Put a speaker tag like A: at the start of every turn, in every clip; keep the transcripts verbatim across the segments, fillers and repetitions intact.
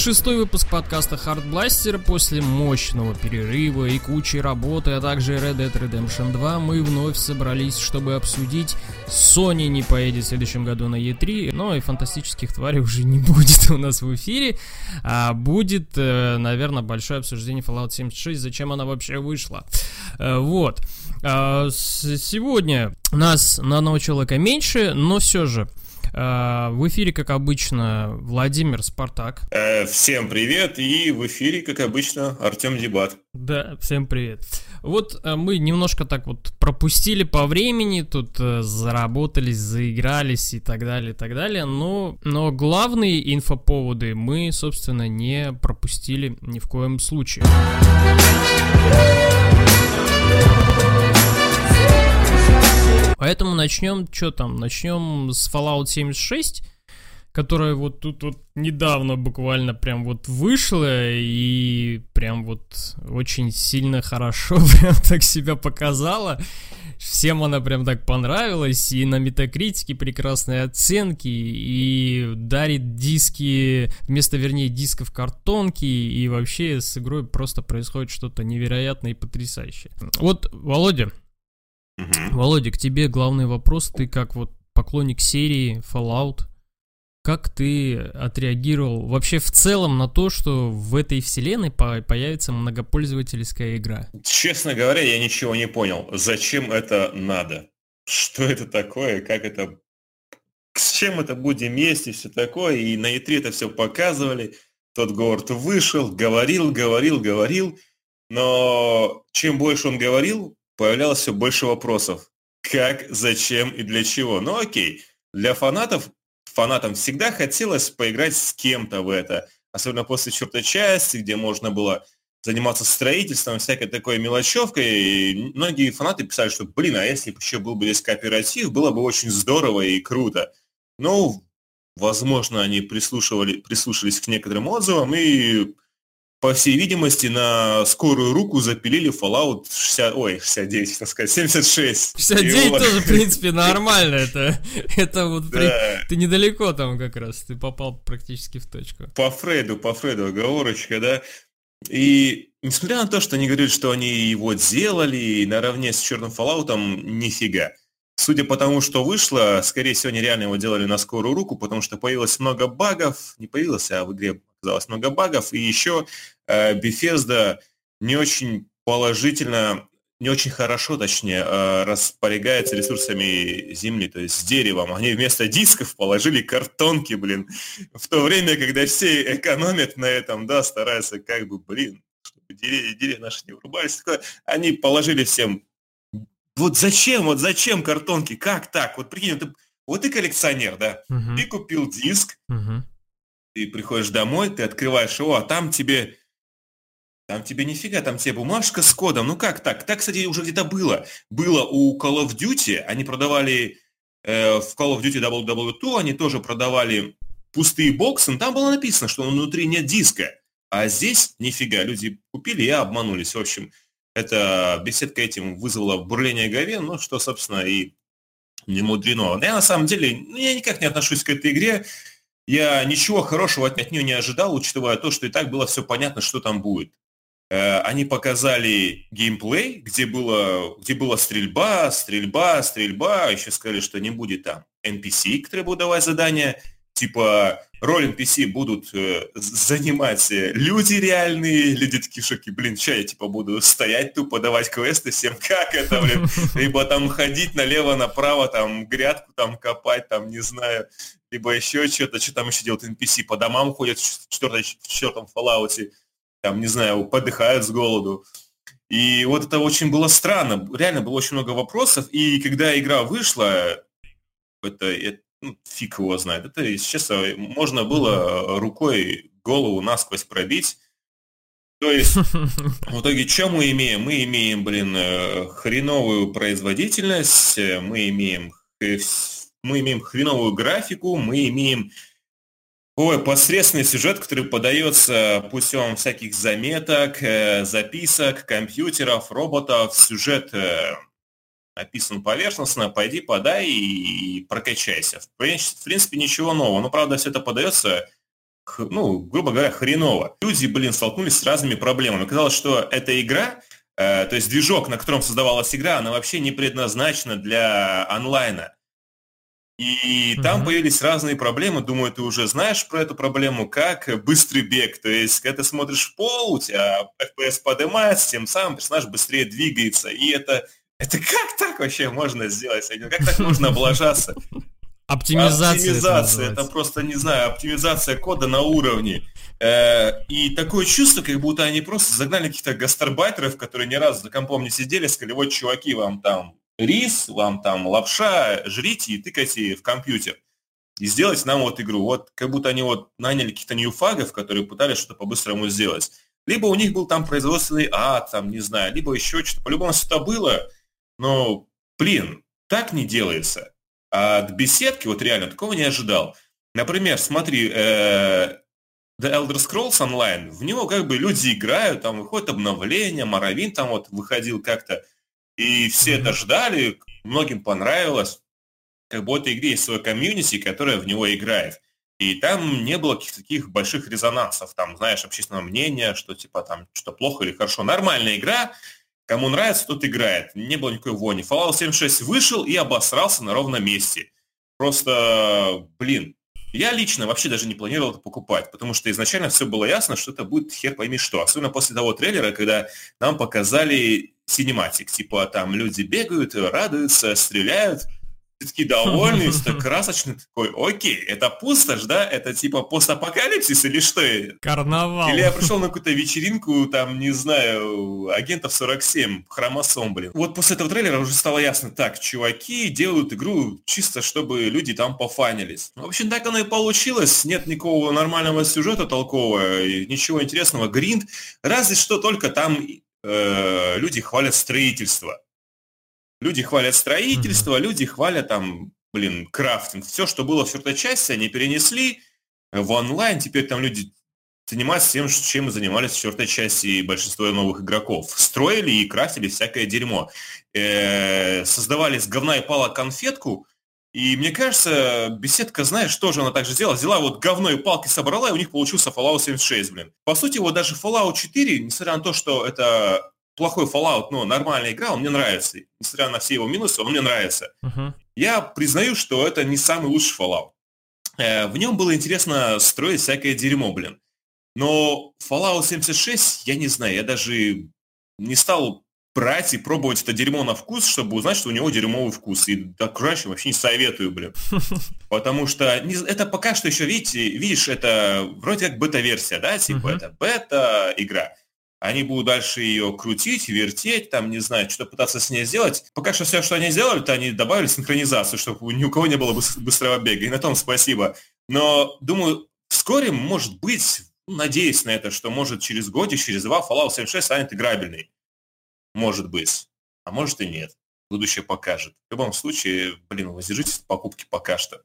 A: шестой выпуск подкаста Hard Blaster. После мощного перерыва и кучи работы, а также Red Dead Redemption два, мы вновь собрались, чтобы обсудить. Sony не поедет в следующем году на и три, но и фантастических тварей уже не будет у нас в эфире. А будет, наверное, большое обсуждение Fallout семьдесят шесть, зачем она вообще вышла. Вот. Сегодня нас на одного человека меньше, но все же. В эфире, как обычно, Владимир Спартак.
B: Э, всем привет, и в эфире, как обычно, Артем Дебат.
A: Да, всем привет. Вот мы немножко так вот пропустили по времени, тут заработались, заигрались и так далее, и так далее, но, но главные инфоповоды мы, собственно, не пропустили ни в коем случае. Поэтому начнем, что там, начнем с Fallout семьдесят шесть, которая вот тут вот недавно буквально прям вот вышла и прям вот очень сильно хорошо прям так себя показала. Всем она прям так понравилась, и на Метакритике прекрасные оценки, и дарит диски, вместо, вернее, дисков картонки, и вообще с игрой просто происходит что-то невероятное и потрясающее. Вот, Володя, Uh-huh. Володя, к тебе главный вопрос. Ты как вот поклонник серии Fallout, как ты отреагировал вообще в целом на то, что в этой вселенной появится многопользовательская игра?
B: Честно говоря, я ничего не понял. Зачем это надо? Что это такое? Как это... С чем это будем есть и все такое? И на и три это все показывали. Тот Говард вышел, говорил, говорил, говорил. Но чем больше он говорил, появлялось все больше вопросов. Как, зачем и для чего? Ну окей, для фанатов, фанатам всегда хотелось поиграть с кем-то в это. Особенно после четвертой части, где можно было заниматься строительством, всякой такой мелочевкой. И многие фанаты писали, что, блин, а если бы еще был бы здесь кооператив, было бы очень здорово и круто. Ну, возможно, они прислушивали, прислушались к некоторым отзывам и... По всей видимости, на скорую руку запилили Fallout шестьдесят, ой, шестьдесят девять, так сказать, семьдесят шесть.
A: шестьдесят девять его... тоже, в принципе, нормально. Это, это вот
B: да.
A: при... ты недалеко там как раз, ты попал практически в точку.
B: По Фреду, по Фреду оговорочка, да. И несмотря на то, что они говорили, что они его делали наравне с черным Fallout'ом, нифига. Судя по тому, что вышло, скорее всего, они реально его делали на скорую руку, потому что появилось много багов, не появилось, а в игре оказалось много багов, и еще э, Bethesda не очень положительно, не очень хорошо, точнее, э, распоряжается ресурсами земли, то есть с деревом. Они вместо дисков положили картонки, блин, в то время, когда все экономят на этом, да, стараются как бы, блин, чтобы деревья, деревья наши не вырубались, такое, они положили всем. Вот зачем, вот зачем картонки, как так? Вот прикинь, ты, вот ты коллекционер, да, uh-huh. Ты купил диск, uh-huh. Ты приходишь домой, ты открываешь его, а там тебе, там тебе нифига, там тебе бумажка с кодом, ну как так? Так, кстати, уже где-то было. Было у Call of Duty, они продавали, э, в Call of Duty дабл ю дабл ю два, они тоже продавали пустые боксы, но там было написано, что внутри нет диска, а здесь нифига, люди купили и обманулись, в общем... Эта беседка этим вызвала бурление говен, ну, что, собственно, и не мудрено. Я, на самом деле, ну, я никак не отношусь к этой игре. Я ничего хорошего от нее не ожидал, учитывая то, что и так было все понятно, что там будет. Они показали геймплей, где, было, где была стрельба, стрельба, стрельба. Еще сказали, что не будет там эн пи си, которые будут давать задания. Типа, роль эн пи си будут э, занимать люди реальные, люди такие в шоке, блин, что я типа буду стоять тупо, давать квесты всем, как это, блин, либо там ходить налево-направо, там грядку там копать, там, не знаю, либо еще что-то, что там еще делают эн пи си, по домам ходят в четвертом, в четвертом Fallout, там, не знаю, подыхают с голоду. И вот это очень было странно, реально было очень много вопросов, и когда игра вышла, это... это ну, фиг его знает. Это, если честно, можно было рукой голову насквозь пробить. То есть, в итоге, что мы имеем? Мы имеем, блин, хреновую производительность, мы имеем, мы имеем хреновую графику, мы имеем ой, посредственный сюжет, который подается путем всяких заметок, записок, компьютеров, роботов. Сюжет описан поверхностно, пойди, подай и прокачайся. В принципе, ничего нового. Но, правда, все это подается ну, грубо говоря, хреново. Люди, блин, столкнулись с разными проблемами. Оказалось, что эта игра, э, то есть движок, на котором создавалась игра, она вообще не предназначена для онлайна. И там mm-hmm. появились разные проблемы, думаю, ты уже знаешь про эту проблему, как быстрый бег. То есть, когда ты смотришь в пол, у тебя эф пи эс поднимается, тем самым персонаж быстрее двигается. И это, это как так вообще можно сделать? Как так можно облажаться?
A: Оптимизация.
B: Оптимизация, это, это просто, не знаю, оптимизация кода на уровне. И такое чувство, как будто они просто загнали каких-то гастарбайтеров, которые ни разу за компом не сидели, сказали, вот, чуваки, вам там рис, вам там лапша, жрите и тыкайте в компьютер. И сделайте нам вот игру. Вот как будто они вот наняли каких-то ньюфагов, которые пытались что-то по-быстрому сделать. Либо у них был там производственный ад, там, не знаю, либо еще что-то. По-любому что-то было, но, блин, так не делается. А от беседки вот реально такого не ожидал. Например, смотри, э, The Elder Scrolls Online, в него как бы люди играют, там выходит обновление, Morrowind там вот выходил как-то, и все mm-hmm. это ждали, многим понравилось. Как бы в этой игре есть свое комьюнити, которое в него играет. И там не было каких-то таких больших резонансов, там, знаешь, общественного мнения, что типа там что-то плохо или хорошо. Нормальная игра, кому нравится, тот играет. Не было никакой вони. Fallout семьдесят шесть вышел и обосрался на ровном месте. Просто, блин, я лично вообще даже не планировал это покупать, потому что изначально все было ясно, что это будет хер пойми что. Особенно после того трейлера, когда нам показали синематик. Типа там люди бегают, радуются, стреляют. Такие довольные, что красочный такой, окей, это пустошь, да? Это типа постапокалипсис или что?
A: Карнавал.
B: Или я пришел на какую-то вечеринку, там, не знаю, агентов сорок семь, хромосом, блин. Вот после этого трейлера уже стало ясно, так, чуваки делают игру чисто, чтобы люди там пофанились. В общем, так оно и получилось, нет никакого нормального сюжета толкового, ничего интересного, гринд, разве что только там э, люди хвалят строительство. Люди хвалят строительство, mm-hmm. люди хвалят там, блин, крафтинг. Все, что было в четвертой части, они перенесли в онлайн. Теперь там люди занимаются тем, чем занимались в четвертой части и большинство новых игроков. Строили и крафтили всякое дерьмо. Э-э- создавали с говна и пала конфетку. И мне кажется, беседка, знаешь, тоже она так же сделала. Взяла вот говно и палки собрала, и у них получился Fallout семьдесят шесть, блин. По сути, вот даже Fallout четыре, несмотря на то, что это... плохой Fallout, но нормальная игра, он мне нравится. Несмотря на все его минусы, он мне нравится. Uh-huh. Я признаю, что это не самый лучший Fallout. Э, в нем было интересно строить всякое дерьмо, блин. Но Fallout семьдесят шесть, я не знаю, я даже не стал брать и пробовать это дерьмо на вкус, чтобы узнать, что у него дерьмовый вкус. И окружающим вообще не советую, блин. Потому что это пока что еще, видите, видишь, это вроде как бета-версия, да? Типа uh-huh. это бета-игра. Они будут дальше ее крутить, вертеть, там, не знаю, что-то пытаться с ней сделать. Пока что все, что они сделали, то они добавили синхронизацию, чтобы ни у кого не было быстрого бега. И на том спасибо. Но, думаю, вскоре, может быть, надеюсь на это, что, может, через год, через два Fallout семьдесят шесть станет играбельной. Может быть. А может и нет. Будущее покажет. В любом случае, блин, воздержитесь от покупки пока что.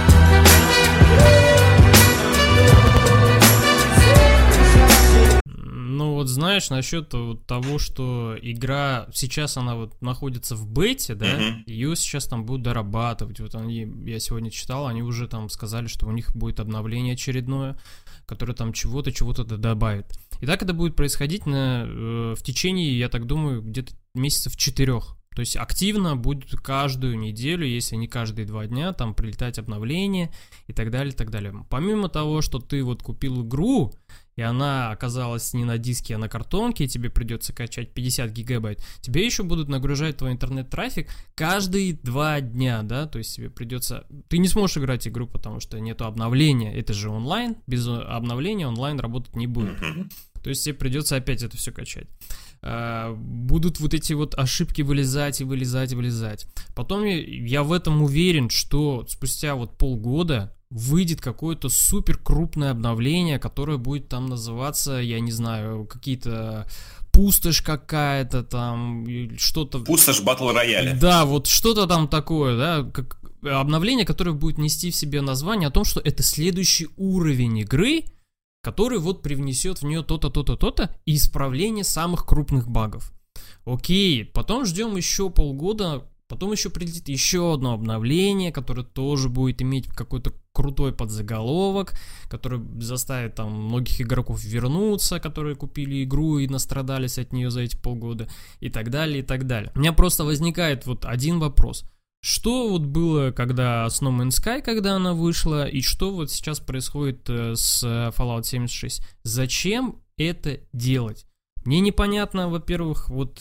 A: Ну вот знаешь, насчет того, что игра сейчас она вот находится в бете, да, mm-hmm. ее сейчас там будут дорабатывать. Вот они, я сегодня читал, они уже там сказали, что у них будет обновление очередное, которое там чего-то, чего-то добавит. И так это будет происходить на, э, в течение, я так думаю, где-то месяцев четырех. То есть активно будет каждую неделю, если не каждые два дня, там прилетать обновления и так далее, и так далее. Помимо того, что ты вот купил игру, и она оказалась не на диске, а на картонке, и тебе придется качать пятьдесят гигабайт, тебе еще будут нагружать твой интернет-трафик каждые два дня, да, то есть тебе придется... Ты не сможешь играть игру, потому что нету обновления, это же онлайн, без обновления онлайн работать не будет. То есть тебе придется опять это все качать. Будут вот эти вот ошибки вылезать и вылезать и вылезать. Потом я, я в этом уверен, что спустя вот полгода выйдет какое-то супер крупное обновление, которое будет там называться, я не знаю, какие-то пустошь какая-то там, что-то...
B: Пустошь батл рояля.
A: Да, вот что-то там такое, да, как обновление, которое будет нести в себе название о том, что это следующий уровень игры, который вот привнесет в нее то-то, то-то, то-то и исправление самых крупных багов. Окей, потом ждем еще полгода, потом еще прилетит еще одно обновление, которое тоже будет иметь какой-то крутой подзаголовок, который заставит там многих игроков вернуться, которые купили игру и настрадались от нее за эти полгода, и так далее, и так далее. У меня просто возникает вот один вопрос. Что вот было, когда с No Man's Sky, когда она вышла, и что вот сейчас происходит с Fallout семьдесят шесть? Зачем это делать? Мне непонятно, во-первых, вот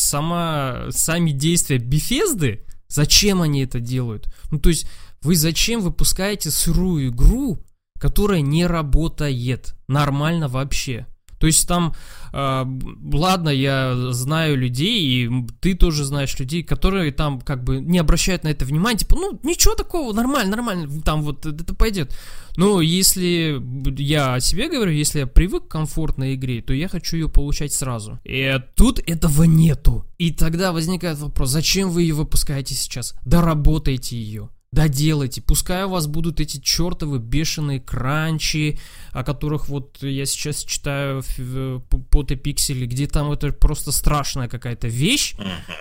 A: сама, сами действия Bethesda, зачем они это делают? Ну, то есть, вы зачем выпускаете сырую игру, которая не работает нормально вообще? То есть там, э, ладно, я знаю людей, и ты тоже знаешь людей, которые там как бы не обращают на это внимания, типа, ну, ничего такого, нормально, нормально, там вот это пойдет. Но если я о себе говорю, если я привык к комфортной игре, то я хочу ее получать сразу. И тут этого нету. И тогда возникает вопрос, зачем вы ее выпускаете сейчас? Доработайте ее. Доделайте, пускай у вас будут эти чертовы бешеные кранчи, о которых вот я сейчас читаю по T-Pixel, где там это просто страшная какая-то вещь,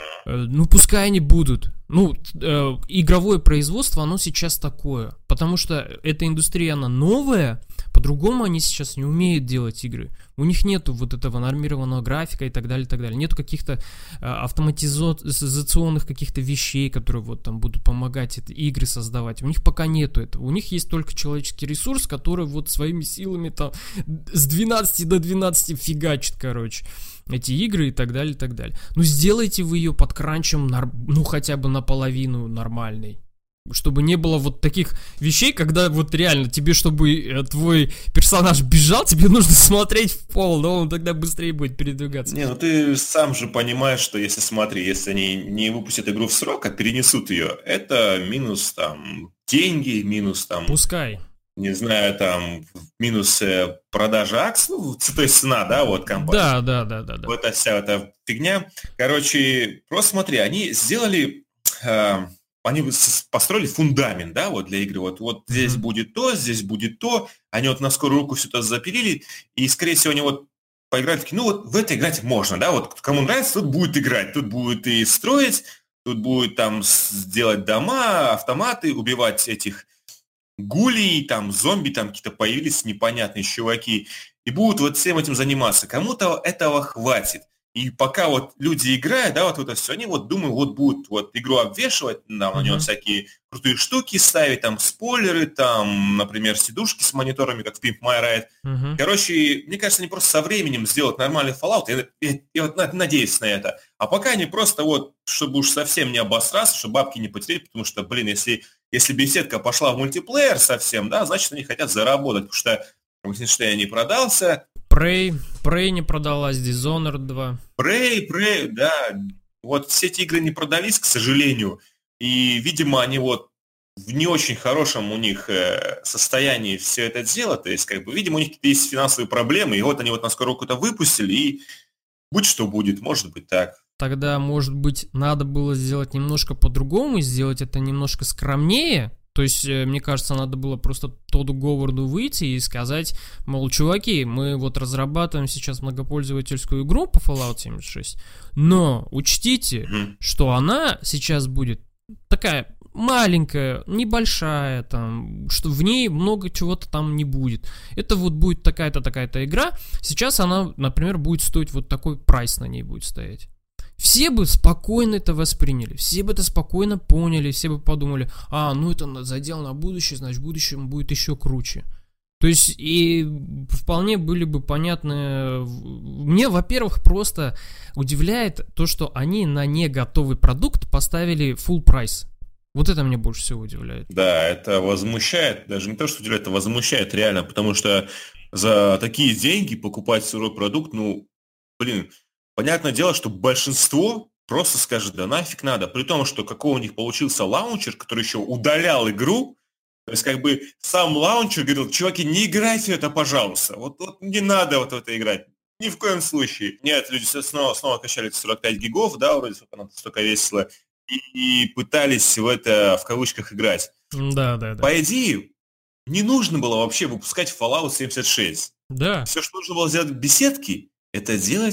A: ну пускай они будут. Ну, э, игровое производство, оно сейчас такое, потому что эта индустрия, она новая, по-другому они сейчас не умеют делать игры. У них нету вот этого нормированного графика и так далее, и так далее. Нету каких-то э, автоматизационных каких-то вещей, которые вот там будут помогать это, игры создавать. У них пока нету этого. У них есть только человеческий ресурс, который вот своими силами там с двенадцати до двенадцати фигачит, короче, эти игры и так далее, и так далее. Ну, сделайте вы ее под кранчем, ну, хотя бы наполовину нормальной. Чтобы не было вот таких вещей, когда вот реально тебе, чтобы твой персонаж бежал, тебе нужно смотреть в пол, но он тогда быстрее будет передвигаться.
B: Не, ну ты сам же понимаешь, что если, смотри, если они не выпустят игру в срок, а перенесут ее, это минус там деньги, минус там...
A: Пускай.
B: Не знаю, там, минус э, продажа акций, ну, то есть цена, да, вот компания.
A: Да, да, да, да, да.
B: Вот эта вся эта фигня. Короче, просто смотри, они сделали, э, они построили фундамент, да, вот для игры. Вот, вот здесь mm-hmm. будет то, здесь будет то. Они вот на скорую руку все это запилили, и, скорее всего, они вот поиграли, такие, ну, вот в это играть можно, да, вот кому нравится, тут будет играть, тут будет и строить, тут будет там сделать дома, автоматы, убивать этих гулей, там, зомби, там какие-то появились непонятные чуваки, и будут вот всем этим заниматься. Кому-то этого хватит. И пока вот люди играют, да, вот это все, они вот думают, вот будут вот игру обвешивать, нам на нее всякие крутые штуки ставить, там, спойлеры, там, например, сидушки с мониторами, как в Pimp My Ride. Uh-huh. Короче, мне кажется, они просто со временем сделают нормальный Fallout, и, и, и вот надеюсь на это. А пока они просто вот, чтобы уж совсем не обосраться, чтобы бабки не потерять, потому что, блин, если Если беседка пошла в мультиплеер совсем, да, значит, они хотят заработать, потому что Wolfenstein не продался.
A: Prey, Prey не продалась, Dishonored два.
B: Prey, Prey, да. Вот все эти игры не продались, к сожалению. И, видимо, они вот в не очень хорошем у них состоянии все это дело. То есть, как бы, видимо, у них какие-то есть финансовые проблемы, и вот они вот на скорую руку-то выпустили, и будь что будет, может быть так.
A: Тогда, может быть, надо было сделать немножко по-другому, сделать это немножко скромнее. То есть, мне кажется, надо было просто Тодду Говарду выйти и сказать, мол, чуваки, мы вот разрабатываем сейчас многопользовательскую игру по Fallout семьдесят шесть, но учтите, mm-hmm. что она сейчас будет такая маленькая, небольшая, там, что в ней много чего-то там не будет. Это вот будет такая-то, такая-то игра. Сейчас она, например, будет стоить вот такой прайс на ней будет стоять. Все бы спокойно это восприняли, все бы это спокойно поняли, все бы подумали, а, ну это задел на будущее, значит в будущем будет еще круче. То есть и вполне были бы понятны. Мне, во-первых, просто удивляет то, что они на не готовый продукт поставили full прайс. Вот это меня больше всего удивляет.
B: Да, это возмущает, даже не то, что удивляет, это возмущает реально, потому что за такие деньги покупать сырой продукт, ну, блин, понятное дело, что большинство просто скажет, да нафиг надо, при том, что какой у них получился лаунчер, который еще удалял игру, то есть как бы сам лаунчер говорил, чуваки, не играйте это, пожалуйста, вот, вот не надо вот в это играть, ни в коем случае. Нет, люди снова, снова качали сорок пять гигов, да, вроде сколько нам столько весело, и, и пытались в это, в кавычках, играть.
A: Да, да, да.
B: По идее, не нужно было вообще выпускать Fallout семьдесят шесть.
A: Да.
B: Все, что нужно было сделать в беседке, это делать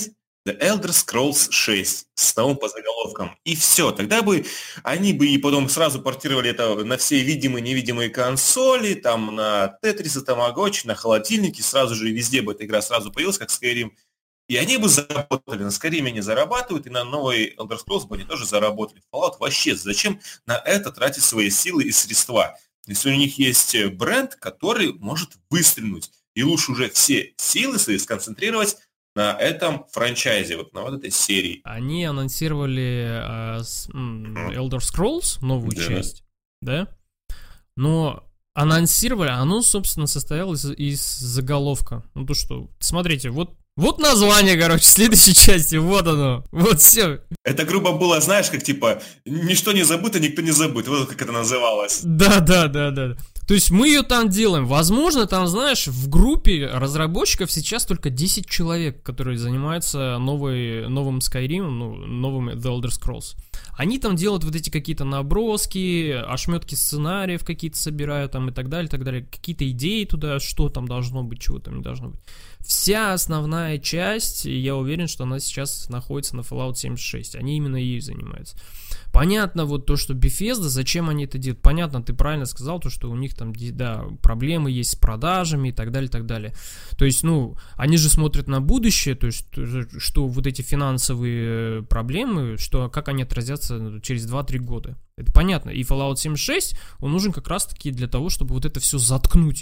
B: The Elder Scrolls шесть с новым по заголовкам. И все. Тогда бы они бы и потом сразу портировали это на все видимые и невидимые консоли, там на Tetris, Тамагочи, на холодильнике, сразу же везде бы эта игра сразу появилась, как Skyrim. И они бы заработали. На Skyrim они зарабатывают, и на новый Elder Scrolls бы они тоже заработали. Fallout вообще, зачем на это тратить свои силы и средства? Если у них есть бренд, который может выстрелить, и лучше уже все силы свои сконцентрировать на этом франчайзе, вот на вот этой серии.
A: Они анонсировали э, с, м, Elder Scrolls, новую
B: Да.
A: часть, да? Но анонсировали, оно, собственно, состоялось из, из заголовка. Ну то что, смотрите, вот, вот название, короче, следующей части, вот оно, вот все.
B: Это грубо было, знаешь, как типа, ничто не забыто, никто не забыт. Вот как это называлось.
A: Да, да, да, да. То есть мы ее там делаем. Возможно, там, знаешь, в группе разработчиков сейчас только десять человек, которые занимаются новой, новым Skyrim, ну, новым The Elder Scrolls. Они там делают вот эти какие-то наброски, ошметки сценариев какие-то собирают там и так далее, и так далее. Какие-то идеи туда, что там должно быть, чего там не должно быть. Вся основная часть, я уверен, что она сейчас находится на Fallout семьдесят шесть. Они именно ею занимаются. Понятно вот то, что Bethesda, зачем они это делают? Понятно, ты правильно сказал, то, что у них там, да, проблемы есть с продажами и так далее, и так далее. То есть, ну, они же смотрят на будущее, то есть, что вот эти финансовые проблемы, что, как они отразятся через два-три года. Это понятно. И Fallout семьдесят шесть, он нужен как раз-таки для того, чтобы вот это все заткнуть.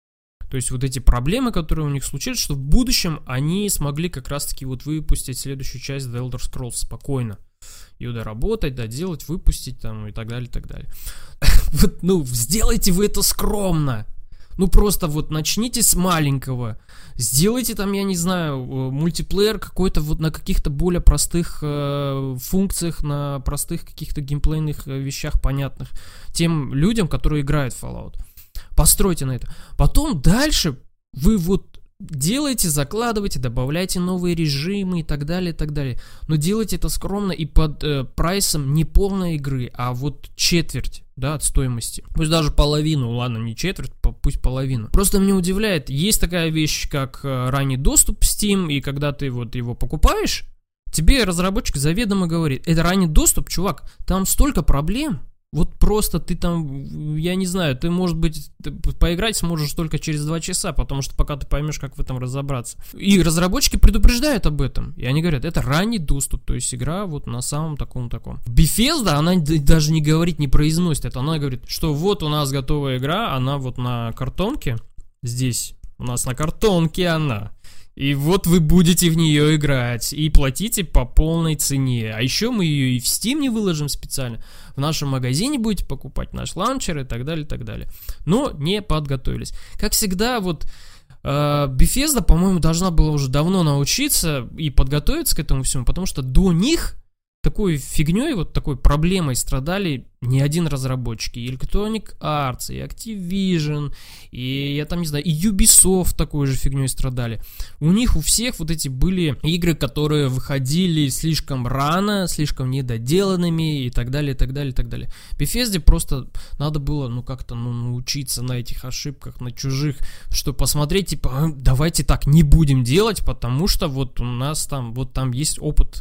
A: То есть вот эти проблемы, которые у них случились, что в будущем они смогли как раз-таки вот выпустить следующую часть The Elder Scrolls спокойно. Ее доработать, доделать, выпустить там и так далее, и так далее. Вот, ну, сделайте вы это скромно. Ну, просто вот начните с маленького. Сделайте там, я не знаю, мультиплеер какой-то вот на каких-то более простых э, функциях, на простых каких-то геймплейных вещах понятных тем людям, которые играют в Fallout. Постройте на это. Потом дальше вы вот делайте, закладывайте, добавляйте новые режимы и так далее, и так далее. Но делайте это скромно и под э, прайсом не полной игры, а вот четверть, да, от стоимости. Пусть даже половину, ладно, не четверть, по, пусть половину. Просто меня удивляет, есть такая вещь, как э, ранний доступ в Steam, и когда ты вот его покупаешь, тебе разработчик заведомо говорит, это ранний доступ, чувак, там столько проблем. Вот просто ты там, я не знаю, ты, может быть, ты поиграть сможешь только через два часа, потому что пока ты поймешь, как в этом разобраться. И разработчики предупреждают об этом. И они говорят, это ранний доступ, то есть игра вот на самом таком-таком. Bethesda, она даже не говорит, не произносит это. Она говорит, что вот у нас готовая игра, она вот на картонке, здесь у нас на картонке она. И вот вы будете в нее играть и платите по полной цене. А еще мы ее и в Steam не выложим специально. В нашем магазине будете покупать наш лаунчер и так далее, и так далее. Но не подготовились. Как всегда, вот э, Bethesda, по-моему, должна была уже давно научиться и подготовиться к этому всему, потому что до них такой фигней, вот такой проблемой страдали не один разработчик. И Electronic Arts, и Activision, и я там не знаю, и Ubisoft такой же фигней страдали. У них у всех вот эти были игры, которые выходили слишком рано, слишком недоделанными и так далее, и так далее, и так далее. Bethesda просто надо было, ну, как-то ну, научиться на этих ошибках, на чужих, что посмотреть, типа, давайте так не будем делать, потому что вот у нас там, вот там есть опыт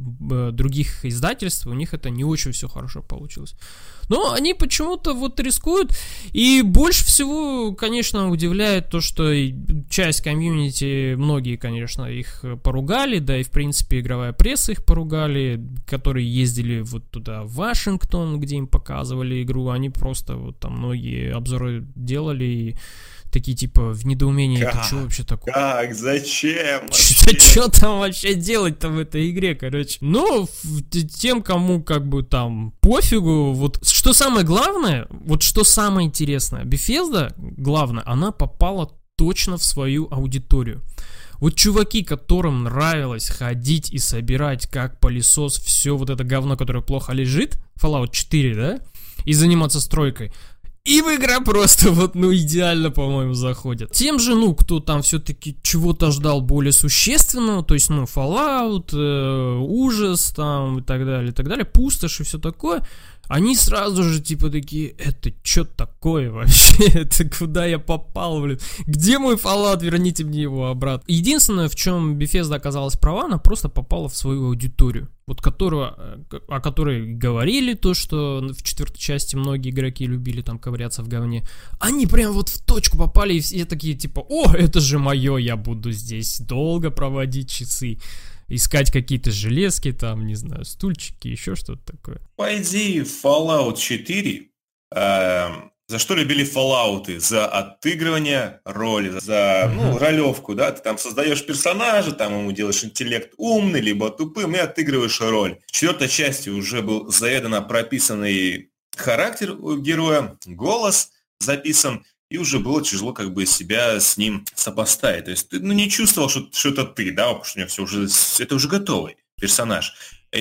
A: других издательств, у них это не очень все хорошо получилось. Но они почему-то вот рискуют, и больше всего, конечно, удивляет то, что часть комьюнити, многие, конечно, их поругали, да и в принципе игровая пресса их поругали, которые ездили вот туда, в Вашингтон, где им показывали игру, они просто вот там многие обзоры делали и такие типа в недоумении,
B: как?
A: Это что вообще такое?
B: Как? Зачем?
A: Что там вообще делать-то в этой игре, короче? Но тем, кому как бы там пофигу, вот что самое главное, вот что самое интересное, Bethesda, главное, она попала точно в свою аудиторию. Вот чуваки, которым нравилось ходить и собирать как пылесос все вот это говно, которое плохо лежит, Fallout четыре, да, и заниматься стройкой, и в игра просто вот, ну, идеально, по-моему, заходит. Тем же, ну, кто там все-таки чего-то ждал более существенного, то есть, ну, Fallout, э, ужас там и так далее, и так далее, пустошь и все такое, они сразу же типа такие, это что такое вообще, это куда я попал, блин, где мой Fallout, верните мне его обратно. Единственное, в чем Bethesda оказалась права, она просто попала в свою аудиторию, вот которую, о которой говорили, то, что в четвертой части многие игроки любили там ковыряться в говне, они прям вот в точку попали, и все такие типа, о, это же мое, я буду здесь долго проводить часы. Искать какие-то железки, там, не знаю, стульчики, еще что-то такое.
B: По идее, Fallout четыре, э, за что любили Fallout'ы? За отыгрывание роли, за, ну, ролевку, да, ты там создаешь персонажа, там ему делаешь интеллект умный, либо тупым, и отыгрываешь роль. В четвертой части уже был заведомо прописанный характер у героя, голос записан, и уже было тяжело как бы себя с ним сопоставить. То есть ты, ну, не чувствовал, что, что это ты, да, потому что у него все уже, это уже готовый персонаж.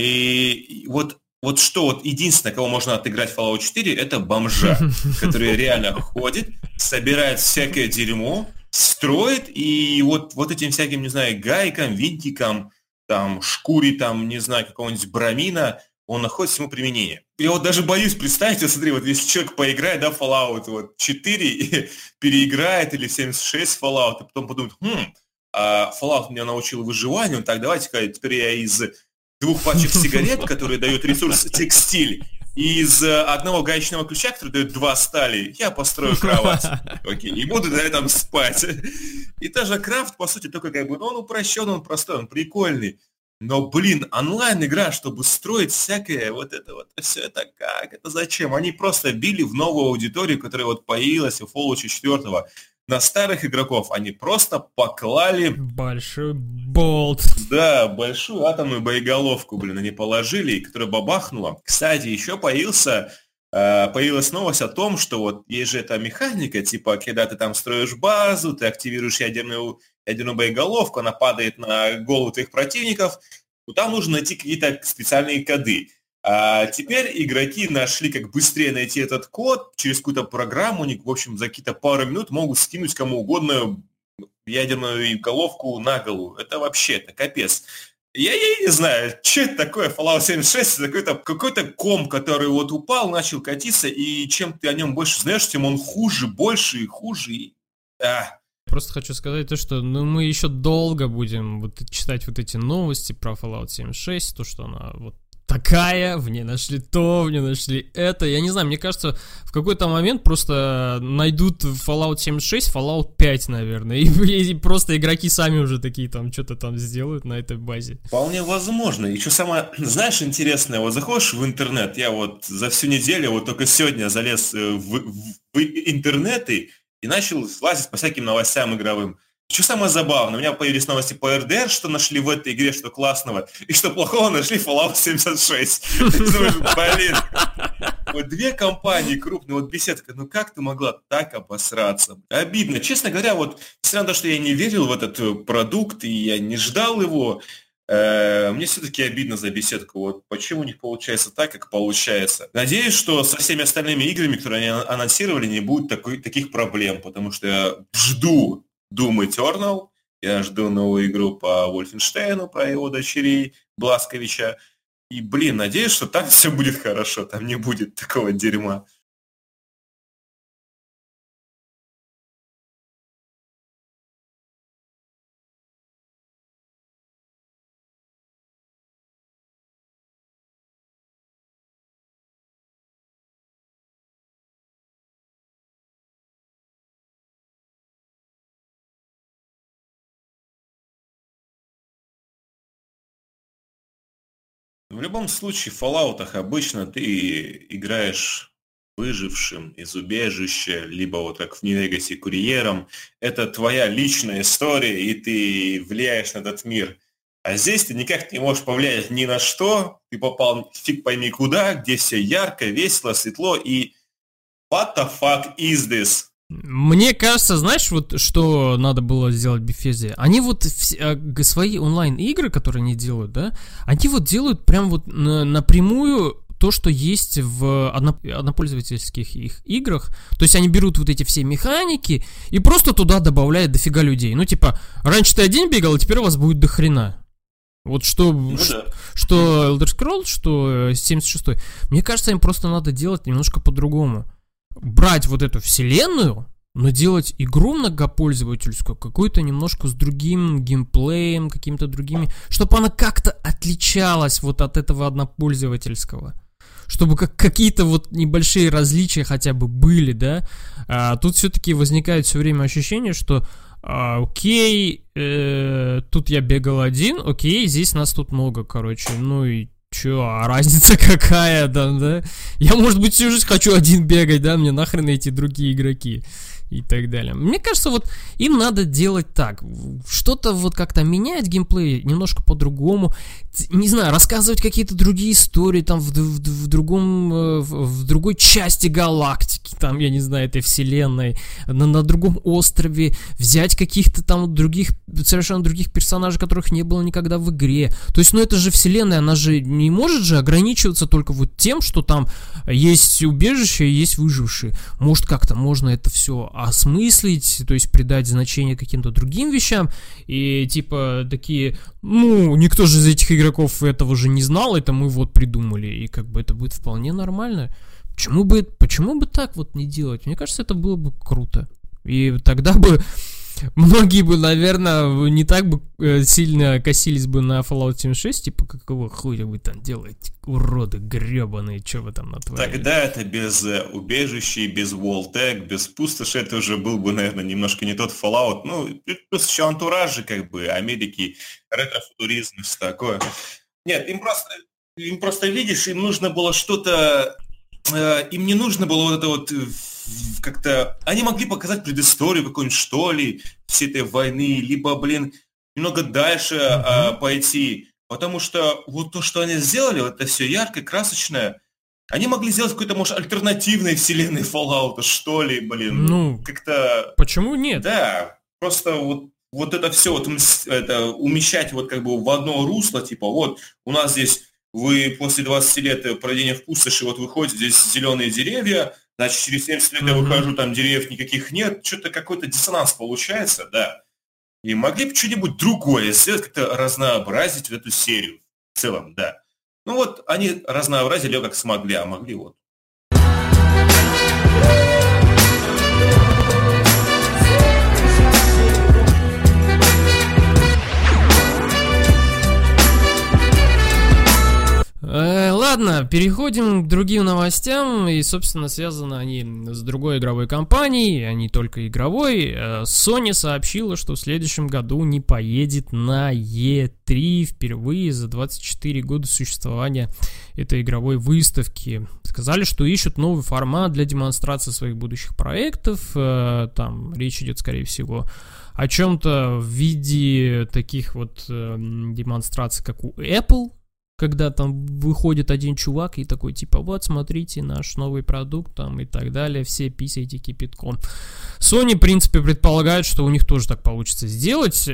B: И вот, вот что вот единственное, кого можно отыграть в Fallout четыре, это бомжа, который реально ходит, собирает всякое дерьмо, строит, и вот, вот этим всяким, не знаю, гайкам, винтикам, там, шкуре, там, не знаю, какого-нибудь бромина, он находит всему применение. Я вот даже боюсь представить, вот смотри, вот если человек поиграет, да, Fallout вот, четыре, и переиграет, или семьдесят шесть Fallout, и потом подумает, хм, а Fallout меня научил выживанию, так давайте-ка теперь я из двух пачек сигарет, которые дают ресурс текстиль, и из одного гаечного ключа, который дает два стали, я построю кровать. Окей, и буду на этом спать. И даже крафт, по сути, только как бы, ну, он упрощен, он простой, он прикольный. Но, блин, онлайн-игра, чтобы строить всякое вот это вот, все это как, это зачем? Они просто били в новую аудиторию, которая вот появилась у Fallout четыре. На старых игроков они просто поклали...
A: Большой болт.
B: Да, большую атомную боеголовку, блин, они положили, которая бабахнула. Кстати, еще появился... Появилась новость о том, что вот есть же эта механика, типа, когда ты там строишь базу, ты активируешь ядерную, ядерную боеголовку, она падает на голову твоих противников, то там нужно найти какие-то специальные коды. А теперь игроки нашли, как быстрее найти этот код, через какую-то программу, они, в общем, за какие-то пару минут могут скинуть кому угодно ядерную головку на голову. Это вообще, это капец. Я, я не знаю, что это такое, Fallout семьдесят шесть, это какой-то, какой-то ком, который вот упал, начал катиться, и чем ты о нем больше знаешь, тем он хуже, больше и хуже. И... А.
A: Просто хочу сказать то, что ну, мы еще долго будем вот читать вот эти новости про Fallout семьдесят шесть, то, что она вот такая, в ней нашли то, в ней нашли это. Я не знаю, мне кажется, в какой-то момент просто найдут Fallout семьдесят шесть, Fallout пять, наверное, и, и просто игроки сами уже такие там что-то там сделают на этой базе.
B: Вполне возможно. Еще самое, знаешь, интересное, вот заходишь в интернет, я вот за всю неделю, вот только сегодня залез в, в, в интернеты и начал лазить по всяким новостям игровым. Что самое забавное, у меня появились новости по эр дэ эр, что нашли в этой игре, что классного, и что плохого нашли в Fallout семьдесят шесть. Блин, вот две компании крупные, вот беседка, ну как ты могла так обосраться? Обидно. Честно говоря, вот, несмотря на то, что я не верил в этот продукт, и я не ждал его, э, мне все-таки обидно за беседку. Вот почему у них получается так, как получается. Надеюсь, что со всеми остальными играми, которые они анонсировали, не будет такой, таких проблем, потому что я жду Doom Eternal, я жду новую игру по Wolfenstein, про его дочерей Бласковича. И, блин, надеюсь, что там все будет хорошо, там не будет такого дерьма. В любом случае, в Fallout'ах обычно ты играешь выжившим из убежища, либо вот как в Нью-Вегасе курьером. Это твоя личная история, и ты влияешь на этот мир. А здесь ты никак не можешь повлиять ни на что. Ты попал фиг пойми куда, где все ярко, весело, светло, и what the fuck is this?
A: Мне кажется, знаешь, вот что надо было сделать Bethesda? Они вот все, свои онлайн-игры, которые они делают, да, они вот делают прям вот на, напрямую то, что есть в одно, однопользовательских их играх. То есть они берут вот эти все механики и просто туда добавляют дофига людей. Ну, типа, раньше ты один бегал, а теперь у вас будет дохрена. Вот что,
B: Ну
A: ш-
B: да.
A: что Elder Scrolls, что э, семьдесят шестой. Мне кажется, им просто надо делать немножко по-другому. Брать вот эту вселенную, но делать игру многопользовательскую, какую-то немножко с другим геймплеем, какими-то другими, чтобы она как-то отличалась вот от этого однопользовательского. Чтобы как, какие-то вот небольшие различия хотя бы были, да. А, тут все-таки возникает все время ощущение, что а, окей, э, тут я бегал один, окей, здесь нас тут много, короче, ну и чё, а разница какая там, да? Я, может быть, всю жизнь хочу один бегать, да, мне нахрен эти другие игроки и так далее. Мне кажется, вот им надо делать так, что-то вот как-то менять геймплей немножко по-другому, не знаю, рассказывать какие-то другие истории там в, в, в другом, в, в другой части галактики, там, я не знаю, этой вселенной, на, на другом острове, взять каких-то там других, совершенно других персонажей, которых не было никогда в игре. То есть, ну это же вселенная, она же не может же ограничиваться только вот тем, что там есть убежище и есть выжившие. Может, как-то можно это все осмыслить, то есть придать значение каким-то другим вещам, и типа такие, ну, никто же из этих игроков этого же не знал, это мы вот придумали, и как бы это будет вполне нормально. Почему бы, почему бы так вот не делать? Мне кажется, это было бы круто. И тогда бы многие бы, наверное, не так бы э, сильно косились бы на Fallout семьдесят шесть, типа, какого хуя вы там делаете, уроды гребаные, что вы там натворили.
B: Тогда это без э, убежищей, без wall-tag, без пустоши, это уже был бы, наверное, немножко не тот Fallout. Ну, плюс еще антуражи, как бы, Америки, ретро-футуризм и все такое. Нет, им просто, им просто, видишь, им нужно было что-то... Э, им не нужно было вот это вот... как-то... Они могли показать предысторию какую-нибудь, что ли, всей этой войны, либо, блин, немного дальше mm-hmm. а, пойти. Потому что вот то, что они сделали, вот это все яркое, красочное, они могли сделать какой-то, может, альтернативной вселенной Fallout, что ли, блин.
A: Ну,
B: как-то...
A: Почему нет?
B: Да, просто вот, вот это все вот, это, умещать вот как бы в одно русло, типа, вот, у нас здесь вы после двадцати лет проведения в пустоши, вот выходите, здесь зеленые деревья, значит, через семьдесят лет mm-hmm. я выхожу, там деревьев никаких нет, что-то какой-то диссонанс получается, да. И могли бы что-нибудь другое сделать, как-то разнообразить эту серию в целом, да. Ну вот, они разнообразили ее как смогли, а могли вот.
A: Ладно, переходим к другим новостям, и, собственно, связаны они с другой игровой компанией, а не только игровой. Sony сообщила, что в следующем году не поедет на и три впервые за двадцать четыре года существования этой игровой выставки. Сказали, что ищут новый формат для демонстрации своих будущих проектов. Там речь идет, скорее всего, о чем-то в виде таких вот демонстраций, как у Apple, когда там выходит один чувак и такой, типа, вот, смотрите, наш новый продукт, там, и так далее, все писайте кипятком. Sony, в принципе, предполагает, что у них тоже так получится сделать,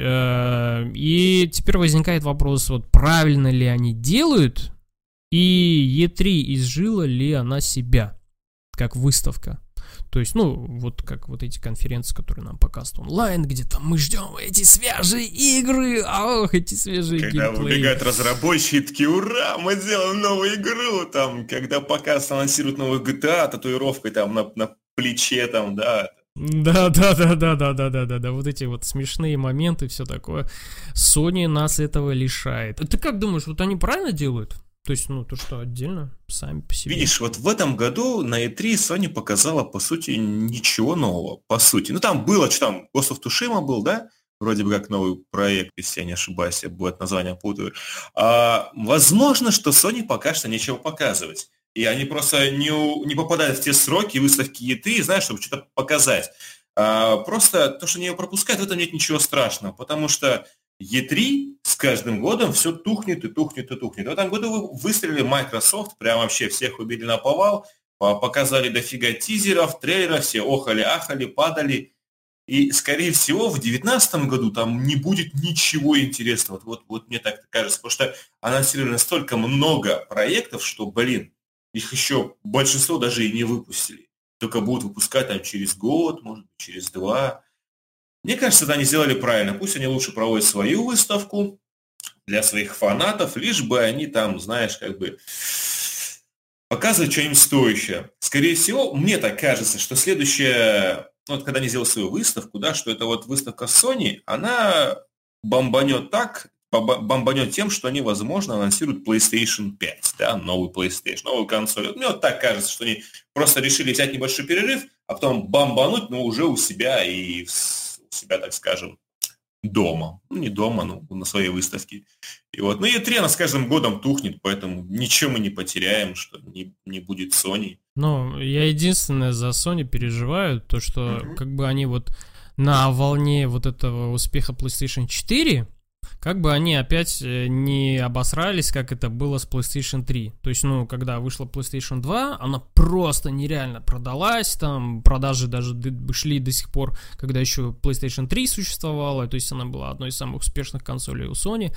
A: и теперь возникает вопрос, вот, правильно ли они делают, и и три изжила ли она себя, как выставка. То есть, ну, вот как вот эти конференции, которые нам показывают онлайн, где там мы ждем эти свежие игры, ох, эти свежие
B: когда
A: геймплеи.
B: Когда выбегают разработчики, такие, ура, мы сделаем новую игру, там, когда пока анонсируют новую джи ти эй, татуировкой там на, на плече, там, да.
A: Да, да, да, да, да, да, да, да, да, вот эти вот смешные моменты, все такое. Sony нас этого лишает. Ты как думаешь, вот они правильно делают? То есть, ну, то, что отдельно, сами по себе.
B: Видишь, вот в этом году на и три Sony показала, по сути, ничего нового, по сути. Ну, там было, что там, Ghost of Tsushima был, да? Вроде бы как новый проект, если я не ошибаюсь, я будет название путаю. А, возможно, что Sony пока что нечего показывать. И они просто не, не попадают в те сроки выставки и три, знаешь, чтобы что-то показать. А, просто то, что они ее пропускают, в этом нет ничего страшного, потому что и три с каждым годом все тухнет и тухнет и тухнет. В этом году выстрелили Microsoft, прям вообще всех убили на повал, показали дофига тизеров, трейлеров, все охали-ахали, падали. И, скорее всего, в две тысячи девятнадцатом году там не будет ничего интересного. Вот, вот мне так кажется, потому что анонсировали настолько много проектов, что, блин, их еще большинство даже и не выпустили. Только будут выпускать там через год, может быть, через два. Мне кажется, это они сделали правильно. Пусть они лучше проводят свою выставку. для своих фанатов, лишь бы они там, знаешь, как бы показывать что-нибудь стоящее. Скорее всего, мне так кажется, что следующая, ну, вот когда они сделают свою выставку, да, что это вот выставка Sony, она бомбанет так, бомбанет тем, что они, возможно, анонсируют PlayStation пять, да, новый PlayStation, новую консоль. Вот мне вот так кажется, что они просто решили взять небольшой перерыв, а потом бомбануть, но уже у себя и у себя, так скажем, дома. Ну, не дома, но на своей выставке. И вот, ну, и и три, она с каждым годом тухнет, поэтому ничего мы не потеряем, что не, не будет Sony.
A: Ну, я единственное за Sony переживаю, то, что mm-hmm. как бы они вот на волне вот этого успеха PlayStation четыре, как бы они опять не обосрались, как это было с PlayStation три. То есть, ну, когда вышла PlayStation два, она просто нереально продалась, там продажи даже шли до сих пор, когда еще PlayStation три существовала, то есть она была одной из самых успешных консолей у Sony.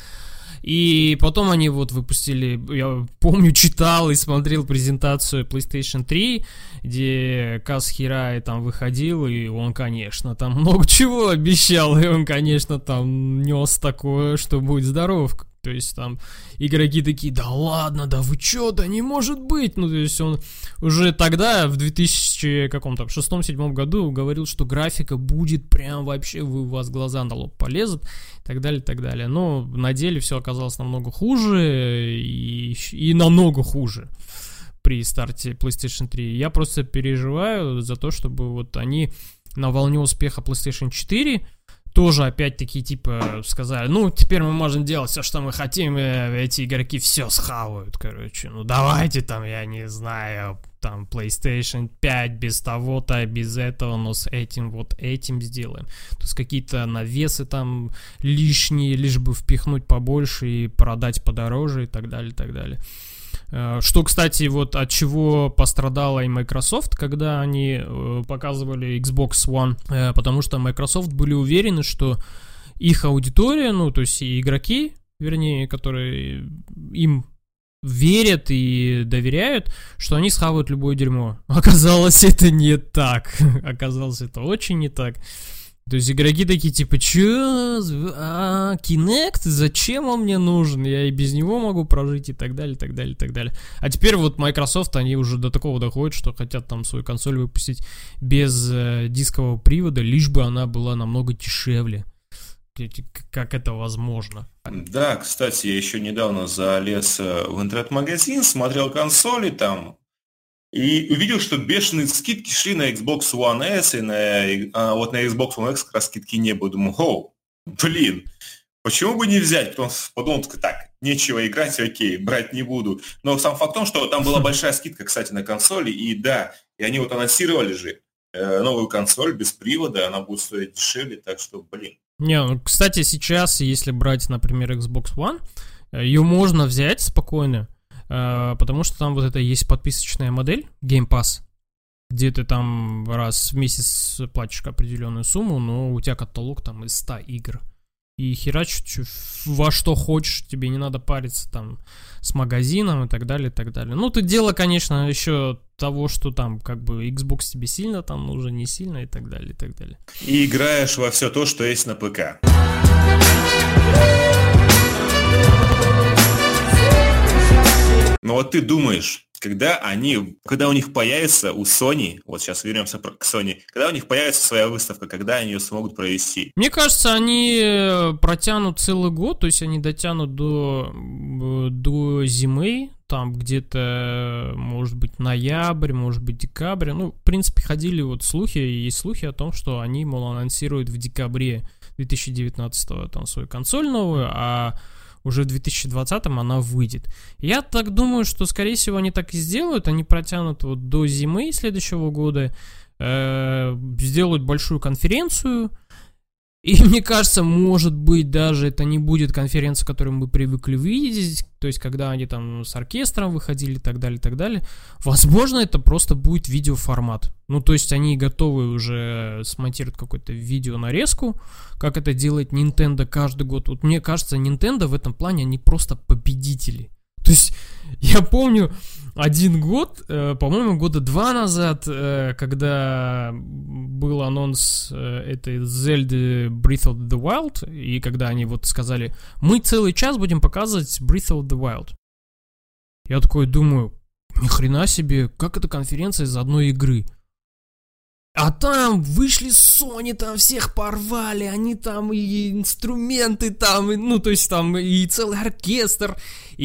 A: И потом они вот выпустили, я помню, читал и смотрел презентацию PlayStation три, где Каз Хирай там выходил, и он, конечно, там много чего обещал, и он, конечно, там нес такое, что будет здоров. То есть там игроки такие: да ладно, да вы чё, да не может быть. Ну, то есть он уже тогда, в две тысячи шестом-седьмом году говорил, что графика будет прям вообще, вы, у вас глаза на лоб полезут, и так далее, и так далее. Но на деле все оказалось намного хуже, и, и намного хуже при старте PlayStation три. Я просто переживаю за то, чтобы вот они на волне успеха PlayStation четыре тоже опять-таки типа сказали: ну, теперь мы можем делать все, что мы хотим, и эти игроки все схавают, короче. Ну, давайте там, я не знаю, там PlayStation пять без того-то, без этого, но с этим вот этим сделаем. То есть какие-то навесы там лишние, лишь бы впихнуть побольше и продать подороже и так далее, и так далее. Что, кстати, вот от чего пострадала и Microsoft, когда они э, показывали Xbox One, э, потому что Microsoft были уверены, что их аудитория, ну, то есть и игроки, вернее, которые им верят и доверяют, что они схавают любое дерьмо. Оказалось, это не так. Оказалось, это очень не так. То есть игроки такие типа: чё? А, Kinect? Зачем он мне нужен? Я и без него могу прожить, и так далее, и так далее, и так далее. А теперь вот Microsoft, они уже до такого доходят, что хотят там свою консоль выпустить без э, дискового привода, лишь бы она была намного дешевле. Как это возможно?
B: Да, кстати, я еще недавно залез в интернет-магазин, смотрел консоли там, и увидел, что бешеные скидки шли на Xbox One S, и на, а вот на Xbox One X как раз скидки не было. Думаю: оу, блин, почему бы не взять? Потом подумал, так, нечего играть, окей, брать не буду. Но сам факт в том, что там была большая скидка, кстати, на консоли, и да, и они вот анонсировали же э, новую консоль без привода, она будет стоить дешевле, так что, блин.
A: Не, ну, кстати, сейчас, если брать, например, Xbox One, ее можно взять спокойно, потому что там вот это есть подписочная модель Game Pass, где ты там раз в месяц платишь определенную сумму, но у тебя каталог там из ста игр. И херач во что хочешь, тебе не надо париться там с магазином и так далее, и так далее. Ну, это дело, конечно, еще того, что там как бы Xbox тебе сильно там нужен, не сильно и так далее, и так далее.
B: И играешь во все то, что есть на ПК. Но вот ты думаешь, когда они, когда у них появится, у Sony, вот сейчас вернемся к Sony, когда у них появится своя выставка, когда они ее смогут провести?
A: Мне кажется, они протянут целый год, то есть они дотянут до, до зимы, там где-то, может быть, ноябрь, может быть, декабрь. Ну, в принципе, ходили вот слухи, есть слухи о том, что они, мол, анонсируют в декабре две тысячи девятнадцатого там свою консоль новую, а уже в две тысячи двадцатом она выйдет. Я так думаю, что, скорее всего, они так и сделают. Они протянут вот до зимы следующего года, э, сделают большую конференцию. И мне кажется, может быть, даже это не будет конференция, которую мы привыкли видеть, то есть когда они там с оркестром выходили и так далее, и так далее. Возможно, это просто будет видеоформат. Ну, то есть они готовы уже смонтировать какую-то видеонарезку, как это делает Nintendo каждый год. Вот мне кажется, Nintendo в этом плане, они просто победители. То есть я помню один год, э, по-моему, года два назад, э, когда был анонс э, этой Zelda Breath of the Wild, и когда они вот сказали, мы целый час будем показывать Breath of the Wild. Я такой думаю, ни хрена себе, как это конференция из одной игры? А там вышли Sony, там всех порвали, они там и инструменты там, и, ну, то есть там и целый оркестр,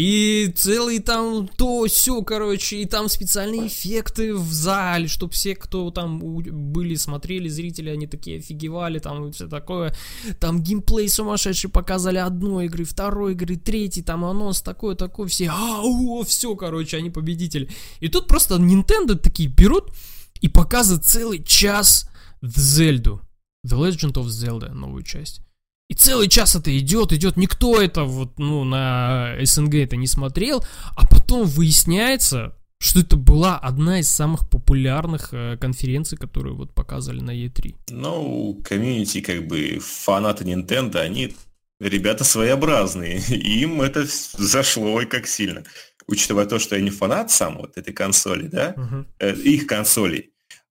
A: и целый там то, сё, короче, и там специальные эффекты в зале, чтобы все, кто там были, смотрели, зрители, они такие офигевали, там и все такое. Там геймплей сумасшедший показали одной игры, второй игры, третий, там анонс такой-такой, все, ау, все, короче, они победители. И тут просто Nintendo такие берут и показывает целый час в Зельду. The Legend of Zelda, новую часть. И целый час это идет, идет. Никто это вот, ну, на СНГ это не смотрел. А потом выясняется, что это была одна из самых популярных э, конференций, которые вот показывали на и три.
B: Ну, комьюнити, как бы, фанаты Nintendo, они ребята своеобразные. Им это зашло, ой, как сильно. Учитывая то, что я не фанат сам вот этой консоли, да, uh-huh. э, их консолей,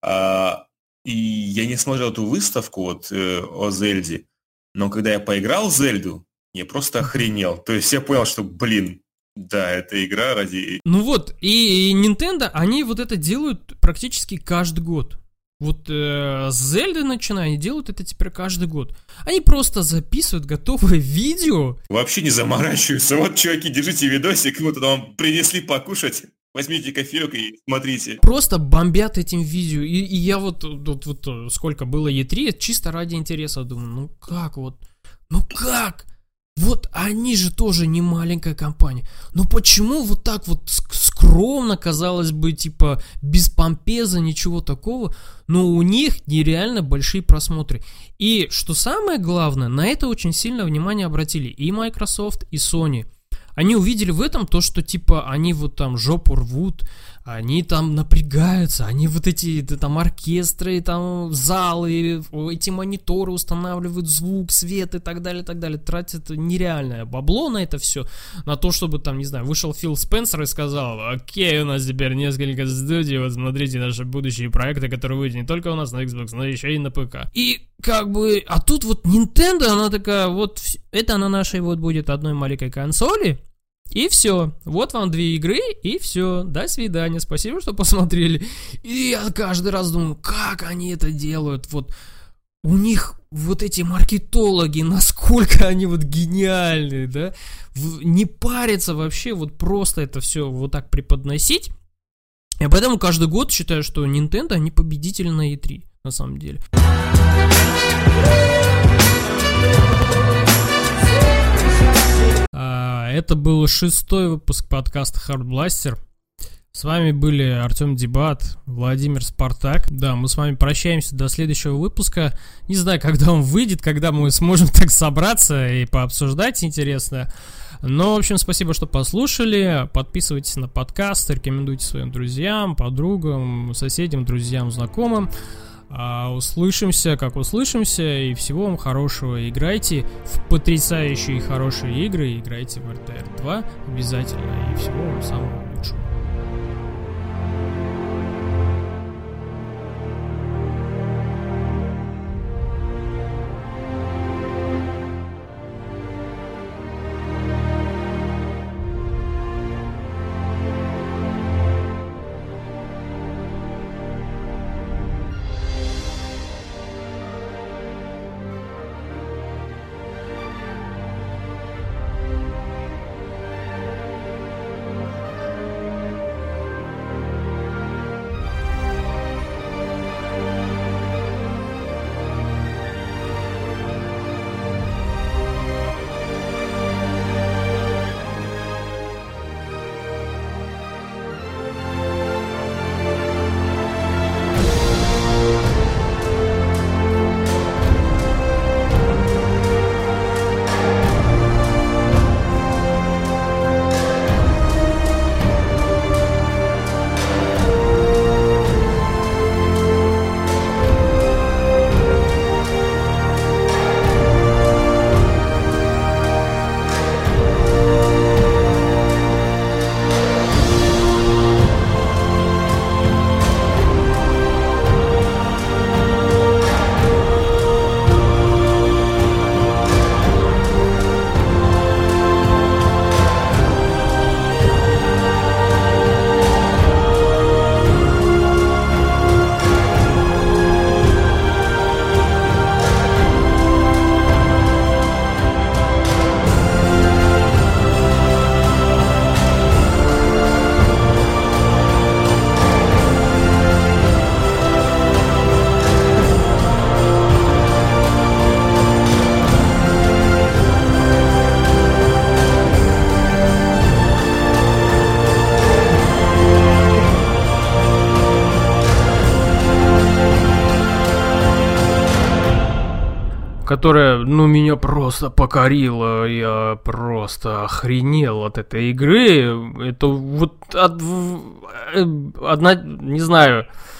B: а, и я не смотрел эту выставку вот э, о Зельде, но когда я поиграл в Зельду, я просто охренел. То есть я понял, что, блин, да, это игра ради...
A: Ну вот, и, и Nintendo, они вот это делают практически каждый год. Вот э, с Зельды начиная, они делают это теперь каждый год. Они просто записывают готовое видео.
B: Вообще не заморачиваются. Вот, чуваки, держите видосик, вот вам принесли покушать. Возьмите кофеек и смотрите.
A: Просто бомбят этим видео. И, и я вот, вот, вот сколько было и три, чисто ради интереса думаю, ну как вот, ну как? Вот они же тоже не маленькая компания. Но почему вот так вот скромно, казалось бы, типа без помпеза, ничего такого, но у них нереально большие просмотры. И что самое главное, на это очень сильно внимание обратили и Microsoft, и Sony. Они увидели в этом то, что типа они вот там жопу рвут, они там напрягаются, они вот эти там оркестры, там залы, эти мониторы устанавливают звук, свет и так далее, так далее, тратят нереальное бабло на это все, на то, чтобы там, не знаю, вышел Фил Спенсер и сказал, окей, у нас теперь несколько студий, вот смотрите наши будущие проекты, которые выйдут не только у нас на Xbox, но еще и на ПК. И как бы, а тут вот Nintendo, она такая, вот это на нашей вот будет одной маленькой консоли. И все, вот вам две игры, и все, до свидания, спасибо, что посмотрели. И я каждый раз думаю, как они это делают, вот у них вот эти маркетологи, насколько они вот гениальны, да, не парятся вообще, вот просто это все вот так преподносить. И поэтому каждый год считаю, что Nintendo, они победители на и три, на самом деле. Это был шестой выпуск подкаста Hard Blaster. С вами были Артем Дебат, Владимир Спартак. Да, мы с вами прощаемся до следующего выпуска. Не знаю, когда он выйдет, когда мы сможем так собраться и пообсуждать интересно. Но, в общем, спасибо, что послушали. Подписывайтесь на подкаст, рекомендуйте своим друзьям, подругам, соседям, друзьям, знакомым. А услышимся, как услышимся, и всего вам хорошего. Играйте в потрясающие хорошие игры, играйте в эр тэ эр два обязательно, и всего вам самого лучшего. которая, ну, меня просто покорила. Я просто охренел от этой игры. Это вот од... одна, не знаю,